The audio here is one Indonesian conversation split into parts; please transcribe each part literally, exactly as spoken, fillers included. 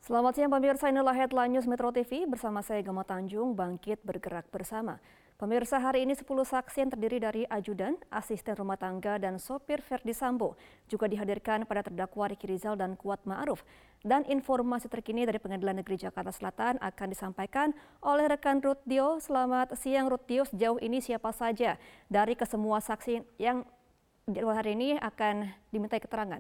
Selamat siang pemirsa, inilah Headline News Metro T V bersama saya Gema Tanjung, bangkit bergerak bersama. Pemirsa, hari ini sepuluh saksi yang terdiri dari ajudan, asisten rumah tangga, dan sopir Ferdi Sambo juga dihadirkan pada terdakwa Ricky Rizal dan Kuat Ma'ruf. Dan informasi terkini dari Pengadilan Negeri Jakarta Selatan akan disampaikan oleh rekan Rutdio. Selamat siang Rutdio, sejauh ini siapa saja dari kesemua saksi yang hari ini akan dimintai keterangan?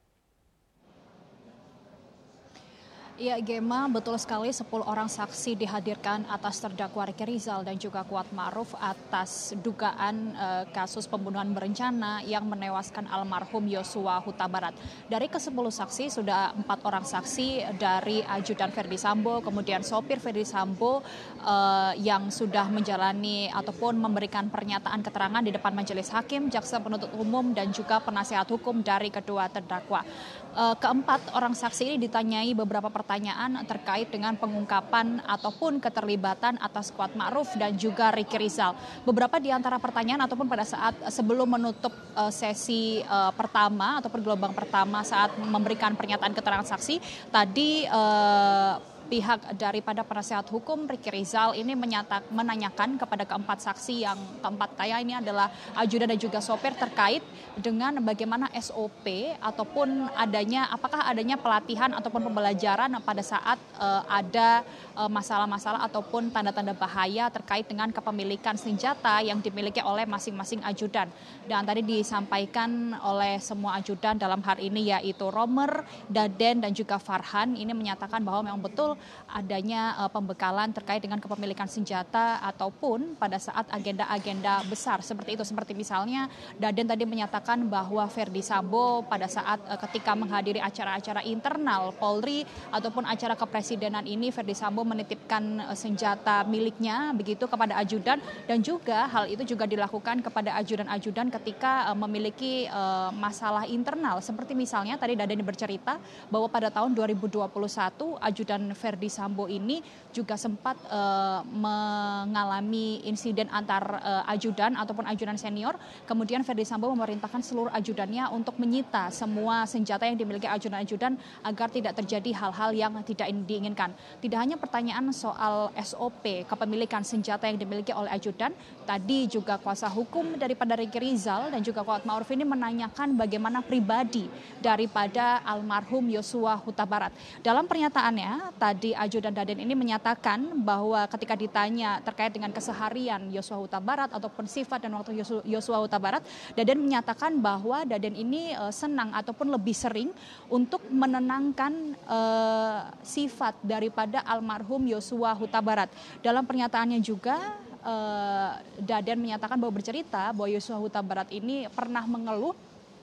Ya, Gema, betul sekali sepuluh orang saksi dihadirkan atas terdakwa Ricky Rizal dan juga Kuat Ma'ruf atas dugaan e, kasus pembunuhan berencana yang menewaskan almarhum Yosua Huta Barat. Dari kesepuluh saksi sudah empat orang saksi dari ajudan Ferdi Sambo, kemudian sopir Ferdi Sambo e, yang sudah menjalani ataupun memberikan pernyataan keterangan di depan majelis hakim, jaksa penuntut umum dan juga penasihat hukum dari kedua terdakwa. E, keempat orang saksi ini ditanyai beberapa pertanyaan pertanyaan terkait dengan pengungkapan ataupun keterlibatan atas Kuat Ma'ruf dan juga Ricky Rizal. Beberapa di antara pertanyaan ataupun pada saat sebelum menutup uh, sesi uh, pertama ataupun gelombang pertama saat memberikan pernyataan keterangan saksi, tadi uh, pihak daripada penasihat hukum Ricky Rizal ini menyatak, menanyakan kepada keempat saksi yang keempat kaya ini adalah ajudan dan juga sopir terkait dengan bagaimana S O P ataupun adanya apakah adanya pelatihan ataupun pembelajaran pada saat uh, ada uh, masalah-masalah ataupun tanda-tanda bahaya terkait dengan kepemilikan senjata yang dimiliki oleh masing-masing ajudan. Dan tadi disampaikan oleh semua ajudan dalam hal ini yaitu Romer, Daden dan juga Farhan ini menyatakan bahwa memang betul adanya uh, pembekalan terkait dengan kepemilikan senjata ataupun pada saat agenda-agenda besar seperti itu. Seperti misalnya Daden tadi menyatakan bahwa Ferdi Sambo pada saat uh, ketika menghadiri acara-acara internal Polri ataupun acara kepresidenan ini, Ferdi Sambo menitipkan uh, senjata miliknya begitu kepada ajudan, dan juga hal itu juga dilakukan kepada ajudan-ajudan ketika uh, memiliki uh, masalah internal. Seperti misalnya tadi Daden bercerita bahwa pada tahun dua ribu dua puluh satu ajudan Ferdi Sambo ini juga sempat uh, mengalami insiden antar uh, ajudan ataupun ajudan senior. Kemudian Ferdi Sambo memerintahkan seluruh ajudannya untuk menyita semua senjata yang dimiliki ajudan-ajudan agar tidak terjadi hal-hal yang tidak diinginkan. Tidak hanya pertanyaan soal S O P kepemilikan senjata yang dimiliki oleh ajudan, tadi juga kuasa hukum daripada Ricky Rizal dan juga Kuat Ma'ruf ini menanyakan bagaimana pribadi daripada almarhum Yosua Huta Barat. Dalam pernyataannya tadi ajudan Daden ini menyatakan bahwa ketika ditanya terkait dengan keseharian Yosua Huta Barat ataupun sifat dan waktu Yosua Huta Barat, Daden menyatakan bahwa Daden ini uh, senang ataupun lebih sering untuk menenangkan uh, sifat daripada almarhum Yosua Huta Barat. Dalam pernyataannya juga uh, Daden menyatakan bahwa bercerita bahwa Yosua Huta Barat ini pernah mengeluh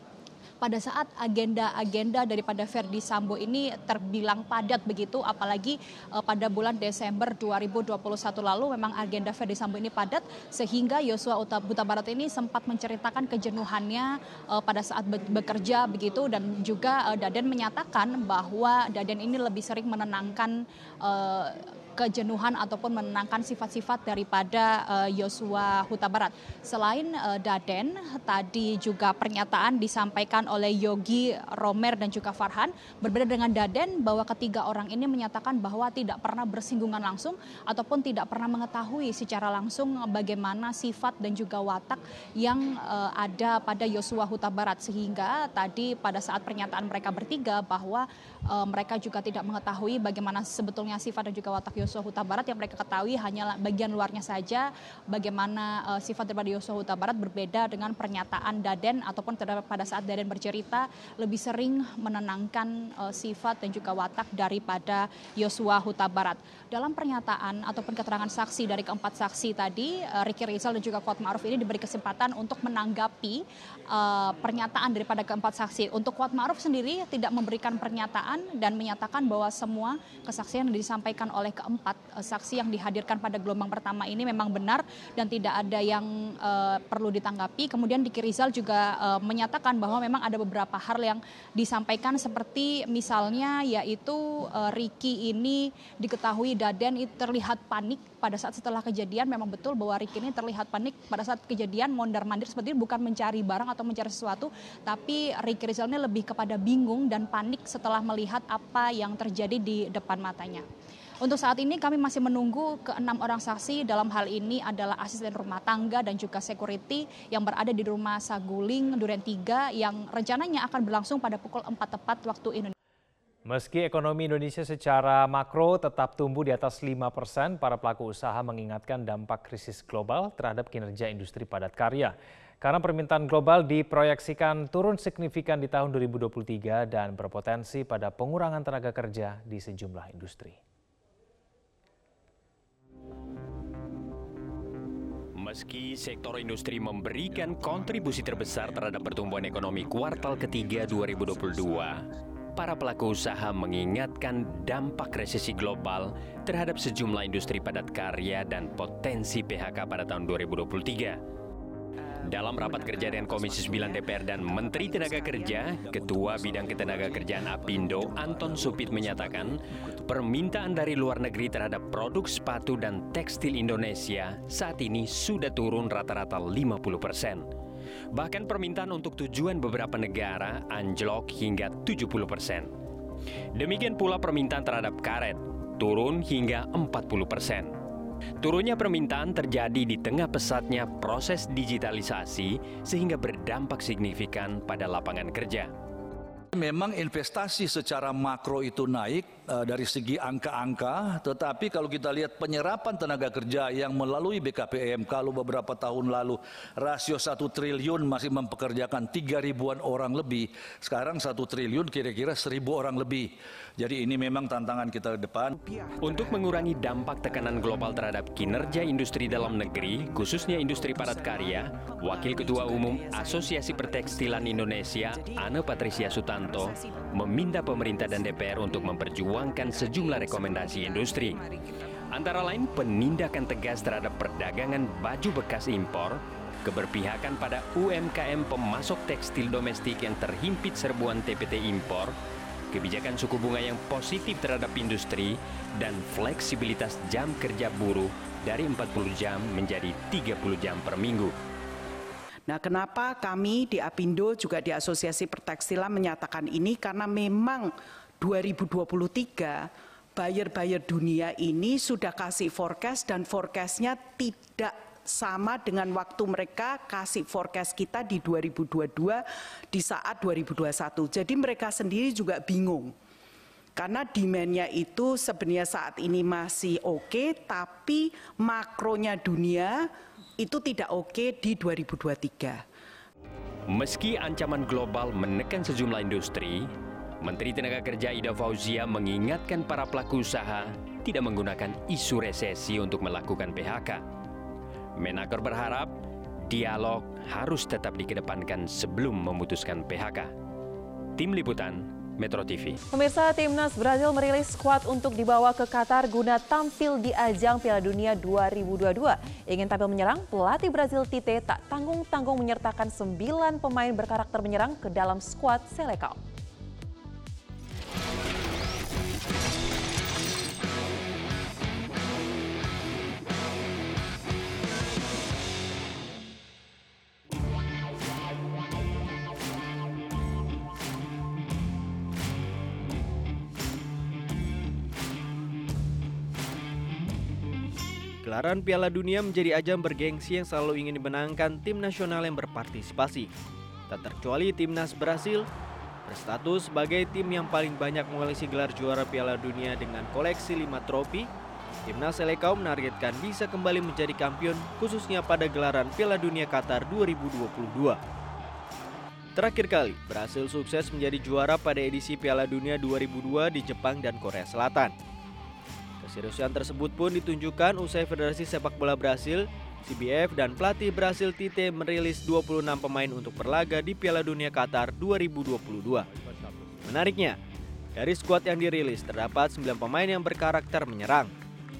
pada saat agenda-agenda daripada Ferdi Sambo ini terbilang padat begitu, apalagi uh, pada bulan Desember dua ribu dua puluh satu lalu memang agenda Ferdi Sambo ini padat sehingga Yosua Huta Barat ini sempat menceritakan kejenuhannya uh, pada saat be bekerja begitu, dan juga uh, Daden menyatakan bahwa Daden ini lebih sering menenangkan uh, kejenuhan ataupun menenangkan sifat-sifat daripada Yosua uh, Huta Barat. Selain uh, Daden, tadi juga pernyataan disampaikan oleh Yogi, Romer dan juga Farhan. Berbeda dengan Daden bahwa ketiga orang ini menyatakan bahwa tidak pernah bersinggungan langsung ataupun tidak pernah mengetahui secara langsung bagaimana sifat dan juga watak yang uh, ada pada Yosua Huta Barat, sehingga tadi pada saat pernyataan mereka bertiga bahwa uh, mereka juga tidak mengetahui bagaimana sebetulnya sifat dan juga watak Yosua Yosua Huta Barat. Yang mereka ketahui hanya bagian luarnya saja, bagaimana uh, sifat daripada Yosua Huta Barat berbeda dengan pernyataan Daden ataupun pada saat Daden bercerita lebih sering menenangkan uh, sifat dan juga watak daripada Yosua Huta Barat. Dalam pernyataan ataupun keterangan saksi dari keempat saksi tadi, uh, Ricky Rizal dan juga Kuat Ma'ruf ini diberi kesempatan untuk menanggapi uh, pernyataan daripada keempat saksi. Untuk Kuat Ma'ruf sendiri tidak memberikan pernyataan dan menyatakan bahwa semua kesaksian yang disampaikan oleh keempat empat saksi yang dihadirkan pada gelombang pertama ini memang benar dan tidak ada yang uh, perlu ditanggapi. Kemudian Riki Rizal juga uh, menyatakan bahwa memang ada beberapa hal yang disampaikan seperti misalnya yaitu uh, Riki ini diketahui Daden terlihat panik pada saat setelah kejadian. Memang betul bahwa Riki ini terlihat panik pada saat kejadian, mondar-mandir seperti ini, bukan mencari barang atau mencari sesuatu, tapi Riki Rizal ini lebih kepada bingung dan panik setelah melihat apa yang terjadi di depan matanya. Untuk saat ini kami masih menunggu keenam orang saksi, dalam hal ini adalah asisten rumah tangga dan juga security yang berada di rumah Saguling Duren tiga yang rencananya akan berlangsung pada pukul empat tepat waktu Indonesia. Meski ekonomi Indonesia secara makro tetap tumbuh di atas lima persen, para pelaku usaha mengingatkan dampak krisis global terhadap kinerja industri padat karya. Karena permintaan global diproyeksikan turun signifikan di tahun dua ribu dua puluh tiga dan berpotensi pada pengurangan tenaga kerja di sejumlah industri. Meski sektor industri memberikan kontribusi terbesar terhadap pertumbuhan ekonomi kuartal ketiga dua ribu dua puluh dua, para pelaku usaha mengingatkan dampak resesi global terhadap sejumlah industri padat karya dan potensi P H K pada tahun dua ribu dua puluh tiga. Dalam rapat kerja dengan Komisi sembilan D P R dan Menteri Tenaga Kerja, Ketua Bidang Ketenagakerjaan Apindo, Anton Supit menyatakan permintaan dari luar negeri terhadap produk sepatu dan tekstil Indonesia saat ini sudah turun rata-rata lima puluh persen. Bahkan permintaan untuk tujuan beberapa negara anjlok hingga tujuh puluh persen. Demikian pula permintaan terhadap karet turun hingga empat puluh persen. Turunnya permintaan terjadi di tengah pesatnya proses digitalisasi sehingga berdampak signifikan pada lapangan kerja. Memang investasi secara makro itu naik uh, dari segi angka-angka, tetapi kalau kita lihat penyerapan tenaga kerja yang melalui B K P M, kalau beberapa tahun lalu rasio satu triliun masih mempekerjakan tiga ribuan orang lebih, sekarang satu triliun kira-kira seribu orang lebih. Jadi ini memang tantangan kita ke depan. Untuk mengurangi dampak tekanan global terhadap kinerja industri dalam negeri, khususnya industri padat karya, Wakil Ketua Umum Asosiasi Pertekstilan Indonesia, Anne Patricia Sutanto, meminta pemerintah dan D P R untuk memperjuangkan sejumlah rekomendasi industri. Antara lain penindakan tegas terhadap perdagangan baju bekas impor, keberpihakan pada U M K M pemasok tekstil domestik yang terhimpit serbuan T P T impor, kebijakan suku bunga yang positif terhadap industri, dan fleksibilitas jam kerja buruh dari empat puluh jam menjadi tiga puluh jam per minggu. Nah, kenapa kami di Apindo juga di Asosiasi Pertekstilan menyatakan ini? Karena memang dua ribu dua puluh tiga buyer-buyer dunia ini sudah kasih forecast dan forecastnya tidak sama dengan waktu mereka kasih forecast kita di dua ribu dua puluh dua di saat dua ribu dua puluh satu. Jadi mereka sendiri juga bingung. Karena demand-nya itu sebenarnya saat ini masih oke, tapi makronya dunia itu tidak oke di dua ribu dua puluh tiga. Meski ancaman global menekan sejumlah industri, Menteri Tenaga Kerja Ida Fauzia mengingatkan para pelaku usaha tidak menggunakan isu resesi untuk melakukan P H K. Menaker berharap dialog harus tetap dikedepankan sebelum memutuskan P H K. Tim Liputan, Metro T V. Pemirsa, Timnas Brazil merilis skuad untuk dibawa ke Qatar guna tampil di ajang Piala Dunia dua ribu dua puluh dua. Ingin tampil menyerang, pelatih Brazil Tite tak tanggung-tanggung menyertakan sembilan pemain berkarakter menyerang ke dalam skuad Selecao. Gelaran Piala Dunia menjadi ajang bergengsi yang selalu ingin dimenangkan tim nasional yang berpartisipasi. Tak terkecuali Timnas Brasil, berstatus sebagai tim yang paling banyak mengolesi gelar juara Piala Dunia dengan koleksi lima trofi. Timnas Selecao menargetkan bisa kembali menjadi kampion khususnya pada gelaran Piala Dunia Qatar dua ribu dua puluh dua. Terakhir kali, Brasil sukses menjadi juara pada edisi Piala Dunia dua ribu dua di Jepang dan Korea Selatan. Keseriusan tersebut pun ditunjukkan usai Federasi Sepak Bola Brasil, C B F, dan pelatih Brasil Tite merilis dua puluh enam pemain untuk berlaga di Piala Dunia Qatar dua ribu dua puluh dua. Menariknya, dari skuad yang dirilis terdapat sembilan pemain yang berkarakter menyerang.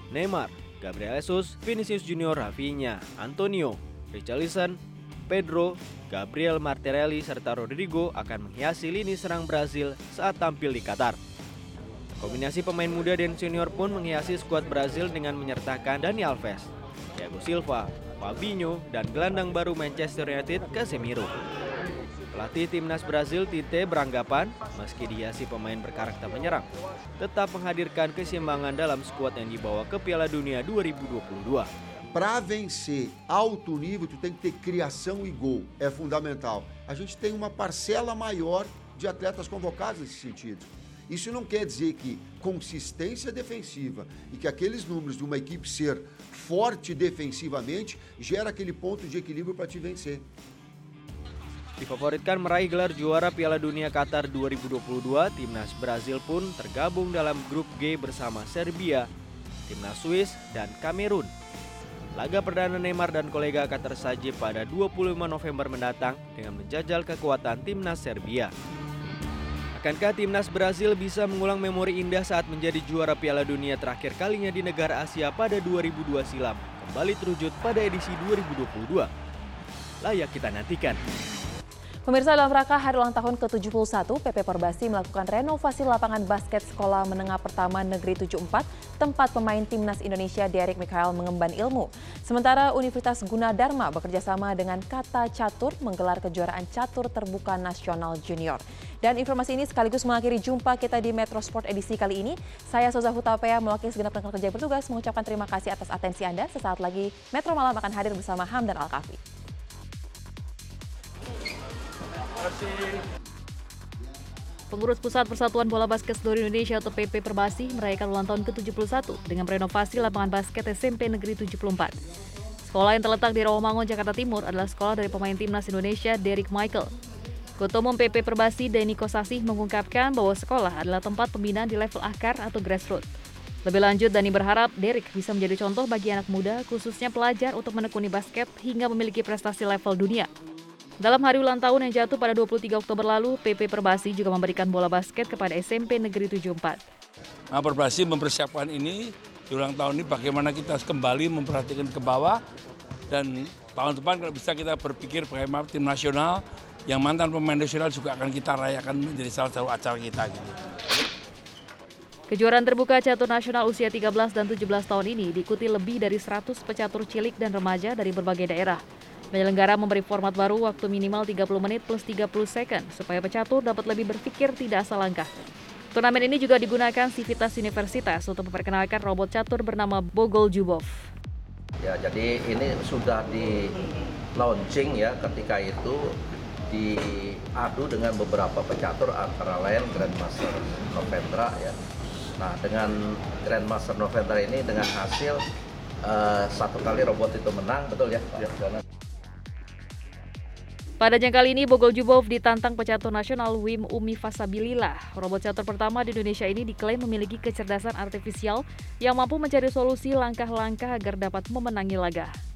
Neymar, Gabriel Jesus, Vinicius Junior, Rafinha, Antonio, Richarlison, Pedro, Gabriel Martinelli, serta Rodrigo akan menghiasi lini serang Brazil saat tampil di Qatar. Kombinasi pemain muda dan senior pun menghiasi skuad Brazil dengan menyertakan Dani Alves, Thiago Silva, Fabinho, dan gelandang baru Manchester United, Casemiro. Pelatih timnas Brazil Tite beranggapan meski dihiasi pemain berkarakter menyerang, tetap menghadirkan keseimbangan dalam skuad yang dibawa ke Piala Dunia dua ribu dua puluh dua. Para vencer alto nível, tu tem que ter criação e gol, é fundamental. A gente tem uma parcela maior de atletas convocados nesse sentido. Isso não quer dizer que consistência defensiva e que aqueles números de uma equipe ser forte defensivamente gera aquele ponto de equilíbrio para te vencer. Difavoritkan meraih gelar juara Piala Dunia Qatar dua ribu dua puluh dua, timnas Brazil pun tergabung dalam grup G bersama Serbia, timnas Swiss, dan Kamerun. Laga perdana Neymar dan kolega akan tersaji pada dua puluh lima November mendatang dengan menjajal kekuatan timnas Serbia. Akankah timnas Brazil bisa mengulang memori indah saat menjadi juara Piala Dunia terakhir kalinya di negara Asia pada dua ribu dua silam, kembali terwujud pada edisi dua ribu dua puluh dua? Layak kita nantikan. Pemirsa, dalam rangka hari ulang tahun ke tujuh puluh satu, P P Perbasi melakukan renovasi lapangan basket Sekolah Menengah Pertama Negeri tujuh puluh empat, tempat pemain timnas Indonesia Derek Michael mengemban ilmu. Sementara Universitas Gunadarma bekerjasama dengan Kata Catur menggelar kejuaraan catur terbuka nasional junior. Dan informasi ini sekaligus mengakhiri jumpa kita di Metro Sport edisi kali ini. Saya Soza Hutapea mewakili segenap rekan kerja bertugas mengucapkan terima kasih atas atensi Anda. Sesaat lagi Metro Malam akan hadir bersama Hamdan Al-Kafi. Pengurus Pusat Persatuan Bola Basket Seluruh Indonesia atau P P Perbasi merayakan ulang tahun ke tujuh puluh satu dengan renovasi lapangan basket S M P Negeri tujuh puluh empat. Sekolah yang terletak di Rawamangun, Jakarta Timur adalah sekolah dari pemain timnas Indonesia Derek Michael. Ketua Umum P P Perbasi Denny Kosasih mengungkapkan bahwa sekolah adalah tempat pembinaan di level akar atau grassroots. Lebih lanjut, Dani berharap Derek bisa menjadi contoh bagi anak muda, khususnya pelajar untuk menekuni basket hingga memiliki prestasi level dunia. Dalam hari ulang tahun yang jatuh pada dua puluh tiga Oktober lalu, P P Perbasi juga memberikan bola basket kepada S M P Negeri tujuh puluh empat. Nah, Perbasi mempersiapkan ini, di ulang tahun ini bagaimana kita kembali memperhatikan ke bawah, dan tahun depan kalau bisa kita berpikir bagaimana tim nasional, yang mantan pemain nasional juga akan kita rayakan menjadi salah satu acara kita. Gitu. Kejuaraan terbuka catur nasional usia tiga belas dan tujuh belas tahun ini diikuti lebih dari seratus pecatur cilik dan remaja dari berbagai daerah. Penyelenggara memberi format baru waktu minimal tiga puluh menit plus tiga puluh second supaya pecatur dapat lebih berpikir tidak asal langkah. Turnamen ini juga digunakan Civitas Universitas untuk memperkenalkan robot catur bernama Bogol Jubov. Ya, jadi ini sudah di launching ya, ketika itu diadu dengan beberapa pecatur antara lain Grandmaster Novendra ya. Nah, dengan Grandmaster Novendra ini dengan hasil uh, satu kali robot itu menang, betul ya Pak? Ya. Pada ajang kali ini, Bogol Jubov ditantang pecatur nasional Wim Umi Fasabilillah. Robot catur pertama di Indonesia ini diklaim memiliki kecerdasan artifisial yang mampu mencari solusi langkah-langkah agar dapat memenangi laga.